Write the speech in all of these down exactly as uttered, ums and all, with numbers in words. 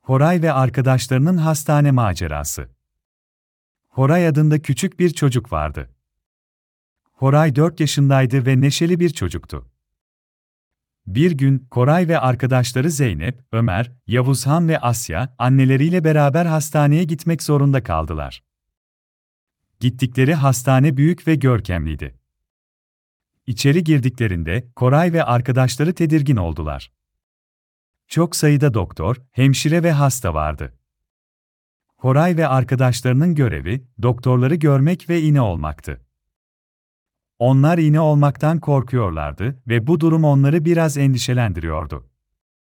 Koray ve arkadaşlarının hastane macerası. Koray adında küçük bir çocuk vardı. Koray dört yaşındaydı ve neşeli bir çocuktu. Bir gün, Koray ve arkadaşları Zeynep, Ömer, Yavuzhan ve Asya, anneleriyle beraber hastaneye gitmek zorunda kaldılar. Gittikleri hastane büyük ve görkemliydi. İçeri girdiklerinde, Koray ve arkadaşları tedirgin oldular. Çok sayıda doktor, hemşire ve hasta vardı. Koray ve arkadaşlarının görevi, doktorları görmek ve iğne olmaktı. Onlar iğne olmaktan korkuyorlardı ve bu durum onları biraz endişelendiriyordu.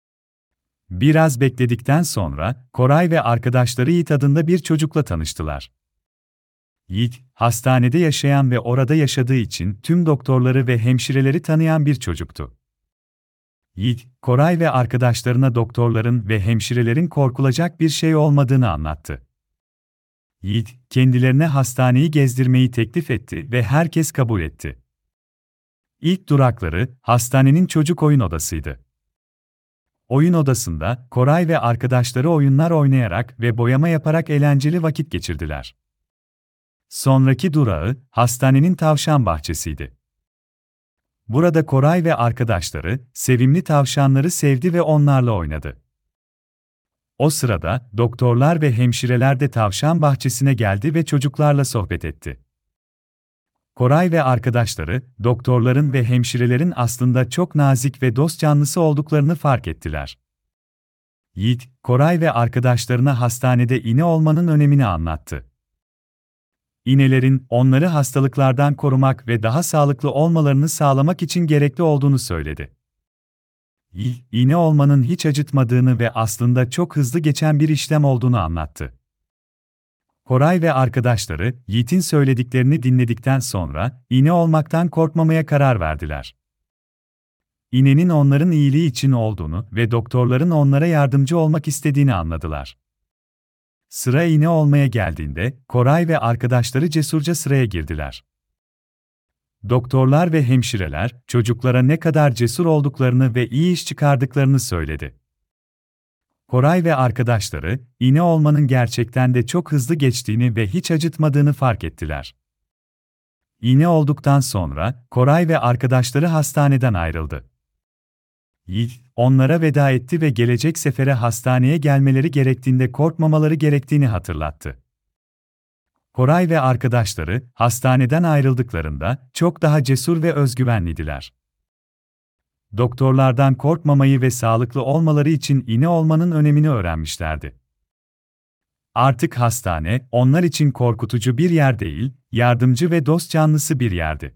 Biraz bekledikten sonra, Koray ve arkadaşları Yiğit adında bir çocukla tanıştılar. Yiğit, hastanede yaşayan ve orada yaşadığı için tüm doktorları ve hemşireleri tanıyan bir çocuktu. Yiğit, Koray ve arkadaşlarına doktorların ve hemşirelerin korkulacak bir şey olmadığını anlattı. Yiğit, kendilerine hastaneyi gezdirmeyi teklif etti ve herkes kabul etti. İlk durakları, hastanenin çocuk oyun odasıydı. Oyun odasında, Koray ve arkadaşları oyunlar oynayarak ve boyama yaparak eğlenceli vakit geçirdiler. Sonraki durağı, hastanenin tavşan bahçesiydi. Burada Koray ve arkadaşları, sevimli tavşanları sevdi ve onlarla oynadı. O sırada, doktorlar ve hemşireler de tavşan bahçesine geldi ve çocuklarla sohbet etti. Koray ve arkadaşları, doktorların ve hemşirelerin aslında çok nazik ve dost canlısı olduklarını fark ettiler. Yiğit, Koray ve arkadaşlarına hastanede iğne olmanın önemini anlattı. İğnelerin, onları hastalıklardan korumak ve daha sağlıklı olmalarını sağlamak için gerekli olduğunu söyledi. Yiğit, iğne olmanın hiç acıtmadığını ve aslında çok hızlı geçen bir işlem olduğunu anlattı. Koray ve arkadaşları, Yiğit'in söylediklerini dinledikten sonra, iğne olmaktan korkmamaya karar verdiler. İğnenin onların iyiliği için olduğunu ve doktorların onlara yardımcı olmak istediğini anladılar. Sıra iğne olmaya geldiğinde, Koray ve arkadaşları cesurca sıraya girdiler. Doktorlar ve hemşireler, çocuklara ne kadar cesur olduklarını ve iyi iş çıkardıklarını söyledi. Koray ve arkadaşları, iğne olmanın gerçekten de çok hızlı geçtiğini ve hiç acıtmadığını fark ettiler. İğne olduktan sonra, Koray ve arkadaşları hastaneden ayrıldı. Yiğit, onlara veda etti ve gelecek sefere hastaneye gelmeleri gerektiğinde korkmamaları gerektiğini hatırlattı. Koray ve arkadaşları, hastaneden ayrıldıklarında, çok daha cesur ve özgüvenliydiler. Doktorlardan korkmamayı ve sağlıklı olmaları için iğne olmanın önemini öğrenmişlerdi. Artık hastane, onlar için korkutucu bir yer değil, yardımcı ve dost canlısı bir yerdi.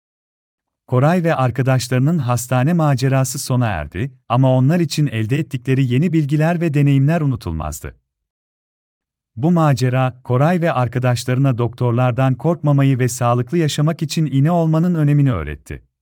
Koray ve arkadaşlarının hastane macerası sona erdi ama onlar için elde ettikleri yeni bilgiler ve deneyimler unutulmazdı. Bu macera, Koray ve arkadaşlarına doktorlardan korkmamayı ve sağlıklı yaşamak için iğne olmanın önemini öğretti.